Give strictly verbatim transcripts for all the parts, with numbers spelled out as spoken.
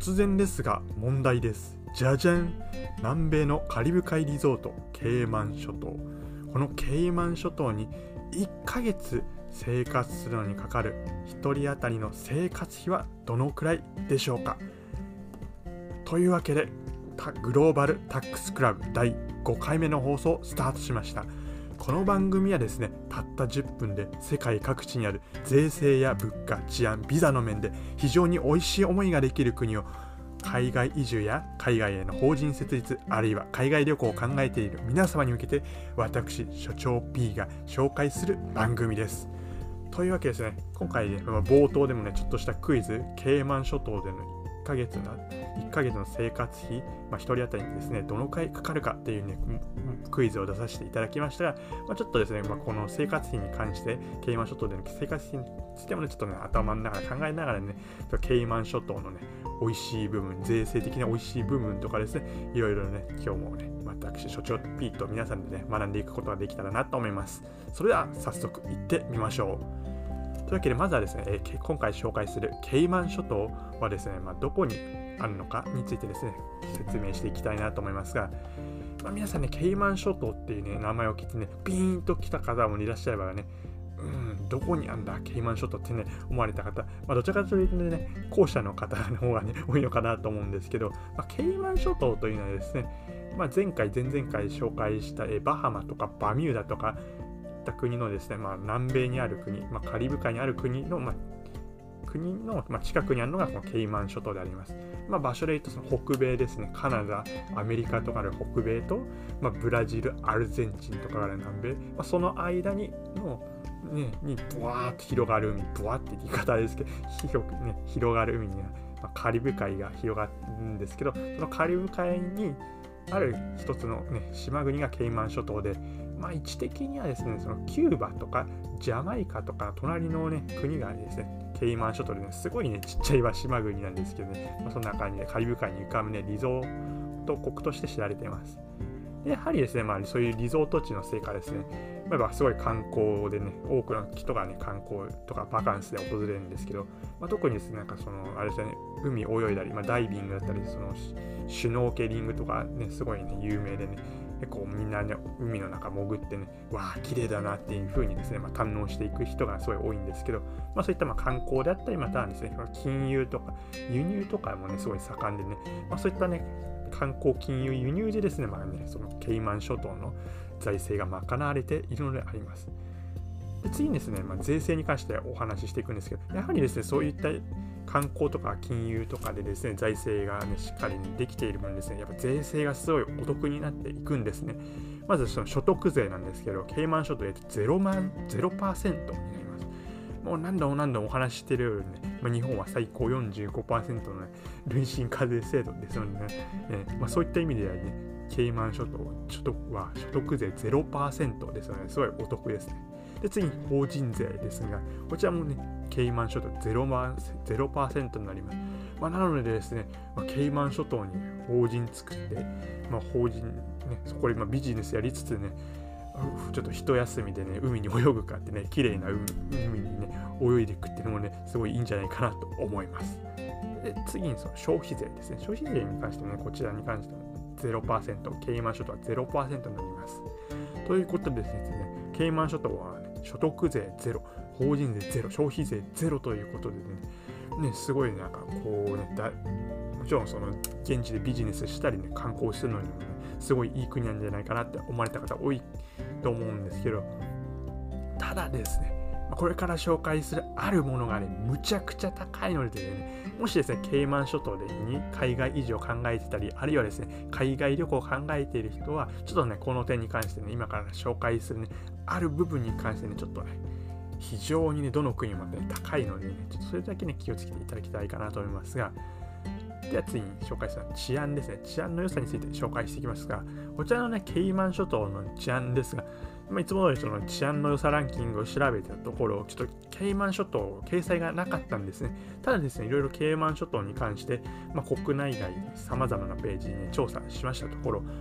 突然ですが問題です。じゃじゃん。南米のカリブ海リゾートケイマン諸島。このケイマン諸島にいっかげつ生活するのにかかるひとり当たりの生活費はどのくらいでしょうか。というわけでグローバルタックスクラブだいごかいめの放送スタートしました。この番組はですね、たったじゅっぷんで世界各地にある税制や物価、治安、ビザの面で非常に美味しい思いができる国を海外移住や海外への法人設立、あるいは海外旅行を考えている皆様に向けて私所長 P が紹介する番組です。というわけですね、今回、ね、冒頭でもねちょっとしたクイズ、ケイマン諸島でのいっかげつのいっかげつの生活費、まあ、ひとり当たりにですねどのくらいかかるかっていうねクイズを出させていただきましたが、まあ、ちょっとですね、まあ、この生活費に関してケイマン諸島での生活費についてもねちょっとね頭の中で考えながらねケイマン諸島のね美味しい部分、税制的な美味しい部分とかですね、いろいろね今日もね私所長 P と皆さんでね学んでいくことができたらなと思います。それでは早速行ってみましょう。というわけでまずはですね、えー、今回紹介するケイマン諸島はですね、まあ、どこにあるのかについてですね説明していきたいなと思いますが、まあ、皆さんねケイマン諸島っていうね名前を聞いてねピーンと来た方もいらっしゃればね、うんどこにあるんだケイマン諸島ってね思われた方、まあ、どちらかというとね後者の方の方がね多いのかなと思うんですけど、まあ、ケイマン諸島というのはですね、まあ、前回前々回紹介したえバハマとかバミューダとか国のですね、まあ、南米にある国、まあ、カリブ海にある国の、まあ、国の、まあ、近くにあるのがこのケイマン諸島であります。まあ、場所で言うとその北米ですね、カナダ、アメリカとかある北米と、まあ、ブラジル、アルゼンチンとかがある南米、まあ、その間にの、ね、にブワーッと広がる海、ブワーって言い方ですけど、広くね、広がる海には、まあ、カリブ海が広がるんですけど、そのカリブ海にある一つの、ね、島国がケイマン諸島で、まあ、位置的にはですね、そのキューバとかジャマイカとか隣の、ね、国がですね、ケイマン諸島でね、すごいね、ちっちゃい島国なんですけどね、まあ、その中にね、カリブ海に浮かぶね、リゾート国として知られています。で、やはりですね、まあ、そういうリゾート地のせいかですね、まあ、すごい観光でね、多くの人がね、観光とかバカンスで訪れるんですけど、まあ、特にですね、なんかその、あれですね、海泳いだり、まあ、ダイビングだったり、そのシュノーケリングとかね、すごいね、有名でね、結構みんなね、海の中潜ってね、わあ、綺麗だなっていう風にですね、まあ、堪能していく人がすごい多いんですけど、まあ、そういったまあ観光であったり、またはですね、金融とか輸入とかもね、すごい盛んでね、まあ、そういったね、観光、金融、輸入でですね、まあね、そのケイマン諸島の財政が賄われているのであります。で次にですね、まあ、税制に関してお話ししていくんですけど、やはりですね、そういった観光とか金融とかでですね、財政が、ね、しっかり、ね、できている分ですね、やっぱ税制がすごいお得になっていくんですね。まずその所得税なんですけど、ケイマン諸島でゼロパーセントになります。もう何度も何度もお話ししているようにね、まあ、日本は最高 よんじゅうごパーセント の、ね、累進課税制度ですのでね、ねまあ、そういった意味ではね、ケイマン諸島所得は所得税 ゼロパーセント ですので、すごいお得ですね。で次に法人税ですが、こちらもね、ケイマン諸島 ゼロパーセント になります。まあ、なのでですね、まあ、ケイマン諸島に法人作って、まあ、法人、ね、そこでまあビジネスやりつつね、ちょっと一休みでね、海に泳ぐかってね、綺麗な 海, 海にね、泳いでいくっていうのもね、すごいいいんじゃないかなと思います。で次にその消費税ですね。消費税に関してもね、こちらに関しても ゼロパーセント、ケイマン諸島は ゼロパーセント になります。ということでですね、ケイマン諸島は、ね、所得税ゼロ、法人税ゼロ、消費税ゼロということでね、ねすごいなんかこうね、だもちろんその現地でビジネスしたりね、観光するのにもね、すごいいい国なんじゃないかなって思われた方多いと思うんですけど、ただですね、これから紹介するあるものがね、むちゃくちゃ高いのでね、もしですね、ケイマン諸島でに海外移住を考えてたり、あるいはですね、海外旅行を考えている人は、ちょっとね、この点に関してね、今から紹介するね、ある部分に関してね、ちょっとね、非常にね、どの国もね、高いのでね、ちょっとそれだけね、気をつけていただきたいかなと思いますが、では次に紹介するのは治安ですね。治安の良さについて紹介していきますが、こちらのね、ケイマン諸島の治安ですが、いつも通りその治安の良さランキングを調べたところ、ちょっとケイマン諸島掲載がなかったんですね。ただですね、いろいろケイマン諸島に関して、まあ、国内外さまざまなページに、ね、調査しましたところ、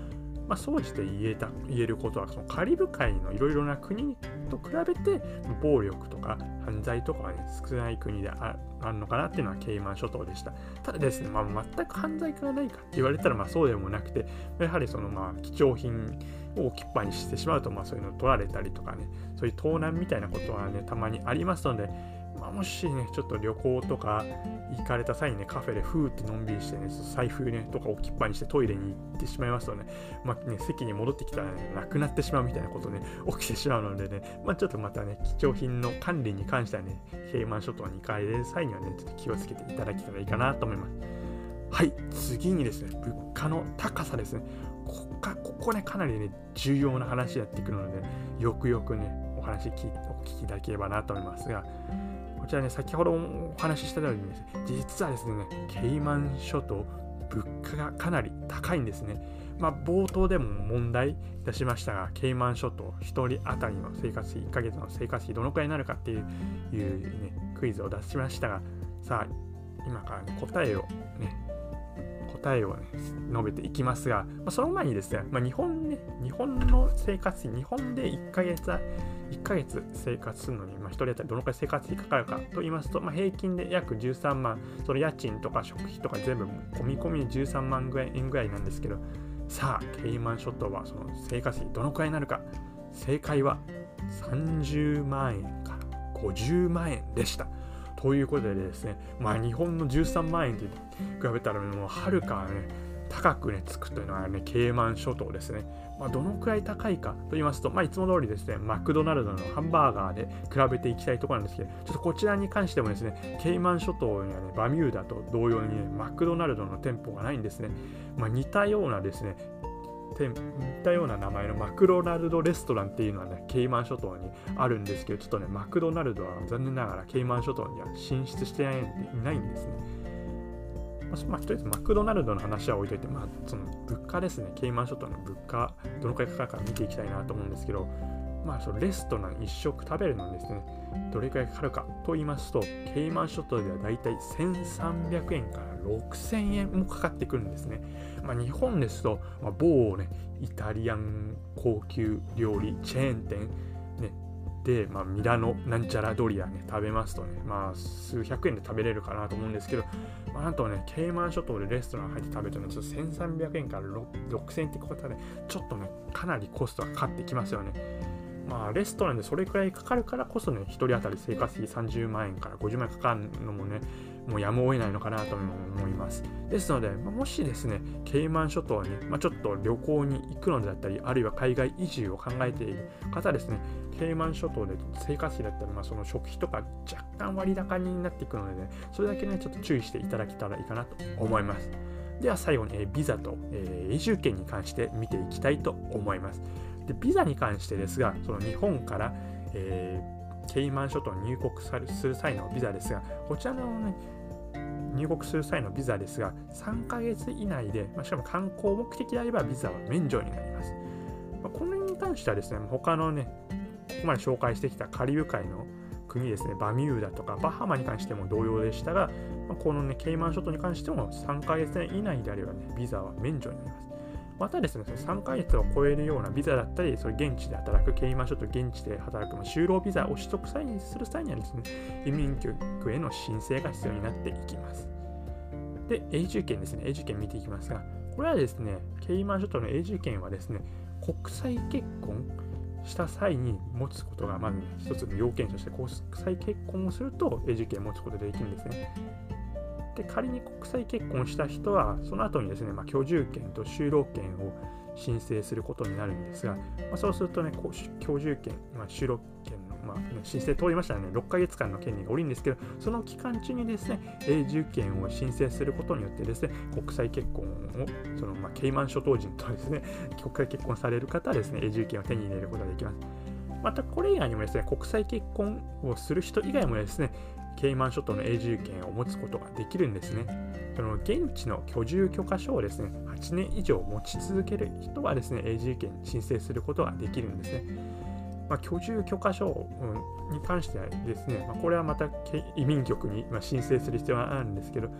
まあ、総じて言えた言えることは、そのカリブ海のいろいろな国と比べて暴力とか犯罪とかは、ね、少ない国で あ, あるのかなっていうのはケイマン諸島でした。ただですね、まあ、全く犯罪がないかって言われたらまあそうでもなくて、やはりそのまあ貴重品を置きっぱにしてしまうと、まあ、そういうのを取られたりとかね、そういう盗難みたいなことはねたまにありますので、まあ、もしねちょっと旅行とか行かれた際にねカフェでふーってのんびりしてね財布ねとか置きっぱにしてトイレに行ってしまいますとね、まあね席に戻ってきたらねなくなってしまうみたいなことね起きてしまうのでね、まあちょっとまたね貴重品の管理に関してはねケイマン諸島に行かれる際にはねちょっと気をつけていただけたらいいかなと思います。はい、次にですね物価の高さですね。ここかここねかなりね重要な話になってくるので、よくよくねお話聞お聞きいただければなと思いますが、こちらね先ほどお話ししたように、ね、実はですねケイマン諸島物価がかなり高いんですね。まあ冒頭でも問題出しましたが、ケイマン諸島ひとり当たりの生活費いっかげつの生活費どのくらいになるかっていう、いう、ね、クイズを出しましたが、さあ今からね答えをね答えを、ね、述べていきますが、まあ、その前にですね、まあ、日本ね、日本の生活費、日本でいっかげつ、いっかげつ生活するのに、まあ、ひとり当たりどのくらい生活費かかるかと言いますと、まあ、平均で約じゅうさんまん、その家賃とか食費とか全部込み込みにじゅうさんまん円ぐらいなんですけど、さあ、ケイマン諸島はその生活費どのくらいになるか、正解はさんじゅうまんえんからごじゅうまんえんでした。ということでですね、まあ日本のじゅうさんまんえんと比べたらもうはるかね高くねつくというのはねケイマン諸島ですね。まあどのくらい高いかと言いますと、まあいつも通りですねマクドナルドのハンバーガーで比べていきたいところなんですけど、ちょっとこちらに関してもですねケイマン諸島にはねバミューダと同様にねマクドナルドの店舗がないんですね。まあ似たようなですね似たような名前のマクドナルドレストランっていうのはねケイマン諸島にあるんですけど、ちょっとねマクドナルドは残念ながらケイマン諸島には進出していないんですね。まあ、とりあえずマクドナルドの話は置いといて、まあ、その物価ですね、ケイマン諸島の物価どのくらいかかるか見ていきたいなと思うんですけど、まあ、そのレストラン一食食べるのにですねどれくらいかかるかと言いますと、ケイマン諸島ではだいたいせんさんびゃくえんからろくせんえんもかかってくるんですね。まあ、日本ですと、まあ、某ねイタリアン高級料理チェーン店、ね、で、まあ、ミラノなんちゃらドリアね食べますとね、まあ数百円で食べれるかなと思うんですけど、まあ、なんとねケイマン諸島でレストラン入って食べるとねちょっとせんさんびゃくえんからろくせんえんってことはねちょっとねかなりコストがかかってきますよね。まあレストランでそれくらいかかるからこそねひとり当たり生活費さんじゅうまんえんからごじゅうまんえんかかるのもねもうやむを得ないのかなと思います。ですので、まあ、もしですねケイマン諸島に、まあ、ちょっと旅行に行くのであったり、あるいは海外移住を考えている方ですね、ケイマン諸島で生活費だったら、まあ、その食費とか若干割高になっていくので、ね、それだけねちょっと注意していただけたらいいかなと思います。では最後に、えー、ビザと、えー、永住権に関して見ていきたいと思います。でビザに関してですが、その日本から、えー、ケイマン諸島に入国する際のビザですが、こちらのね入国する際のビザですがさんかげつ以内で、まあ、しかも観光目的であればビザは免除になります。まあ、この辺に関してはですね他のねここまで紹介してきたカリブ海の国ですね、バミューダとかバハマに関しても同様でしたが、まあ、このねケイマン諸島に関してもさんかげつ以内であればねビザは免除になります。またですね、そのさんかげつを超えるようなビザだったり、それ現地で働く、ケイマン諸島現地で働く、まあ、就労ビザを取得際にする際にはですね、移民局への申請が必要になっていきます。で、永住権ですね、永住権見ていきますが、これはですね、ケイマン諸島の永住権はですね、国際結婚した際に持つことがまず、ね、一つの要件として、国際結婚をすると永住権を持つことができるんですね。で仮に国際結婚した人はその後にですね、まあ、居住権と就労権を申請することになるんですが、まあ、そうするとね居住権、まあ、就労権の、まあね、申請通りましたらねろっかげつかんの権利が下りるんですけど、その期間中にですね永住権を申請することによってですね国際結婚をその、まあ、ケイマン諸島人とですね国際結婚される方はですね永住権を手に入れることができます。またこれ以外にもですね国際結婚をする人以外もですねケイマン諸島の永住権を持つことができるんですね。その現地の居住許可書をですね、はちねん以上持ち続ける人はですね、永住権申請することができるんですね。まあ、居住許可書に関してはですね、まあ、これはまた移民局に申請する必要があるんですけど、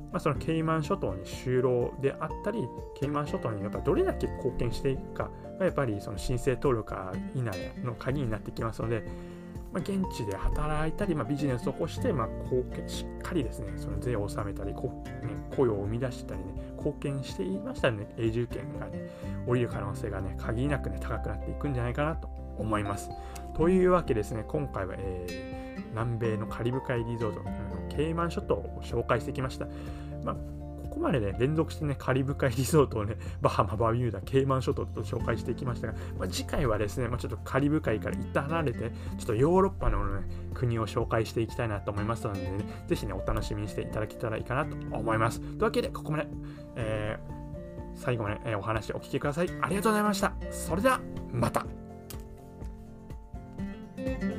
まあ、そのケイマン諸島に就労であったり、ケイマン諸島にやっぱどれだけ貢献していくかがやっぱりその申請登録以内の鍵になってきますので、まあ、現地で働いたり、まあ、ビジネスを起こして、まあ、貢献しっかりですね、その税を納めたり、こ、ね、雇用を生み出したりね、貢献していましたらね、永住権がね、降りる可能性がね、限りなくね、高くなっていくんじゃないかなと思います。というわけですね、今回は、えー、南米のカリブ海リゾート、ケイマン諸島を紹介してきました。まあここまでね、連続してね、カリブ海リゾートをね、バハマ、バミューダ、ケイマン諸島と紹介していきましたが、まあ、次回はですね、まあ、ちょっとカリブ海から一旦離れて、ちょっとヨーロッパの、ね、国を紹介していきたいなと思いますので、ね、ぜひね、お楽しみにしていただけたらいいかなと思います。というわけで、ここまで、えー、最後まで、えー、お話をお聞きください。ありがとうございました。それでは、また。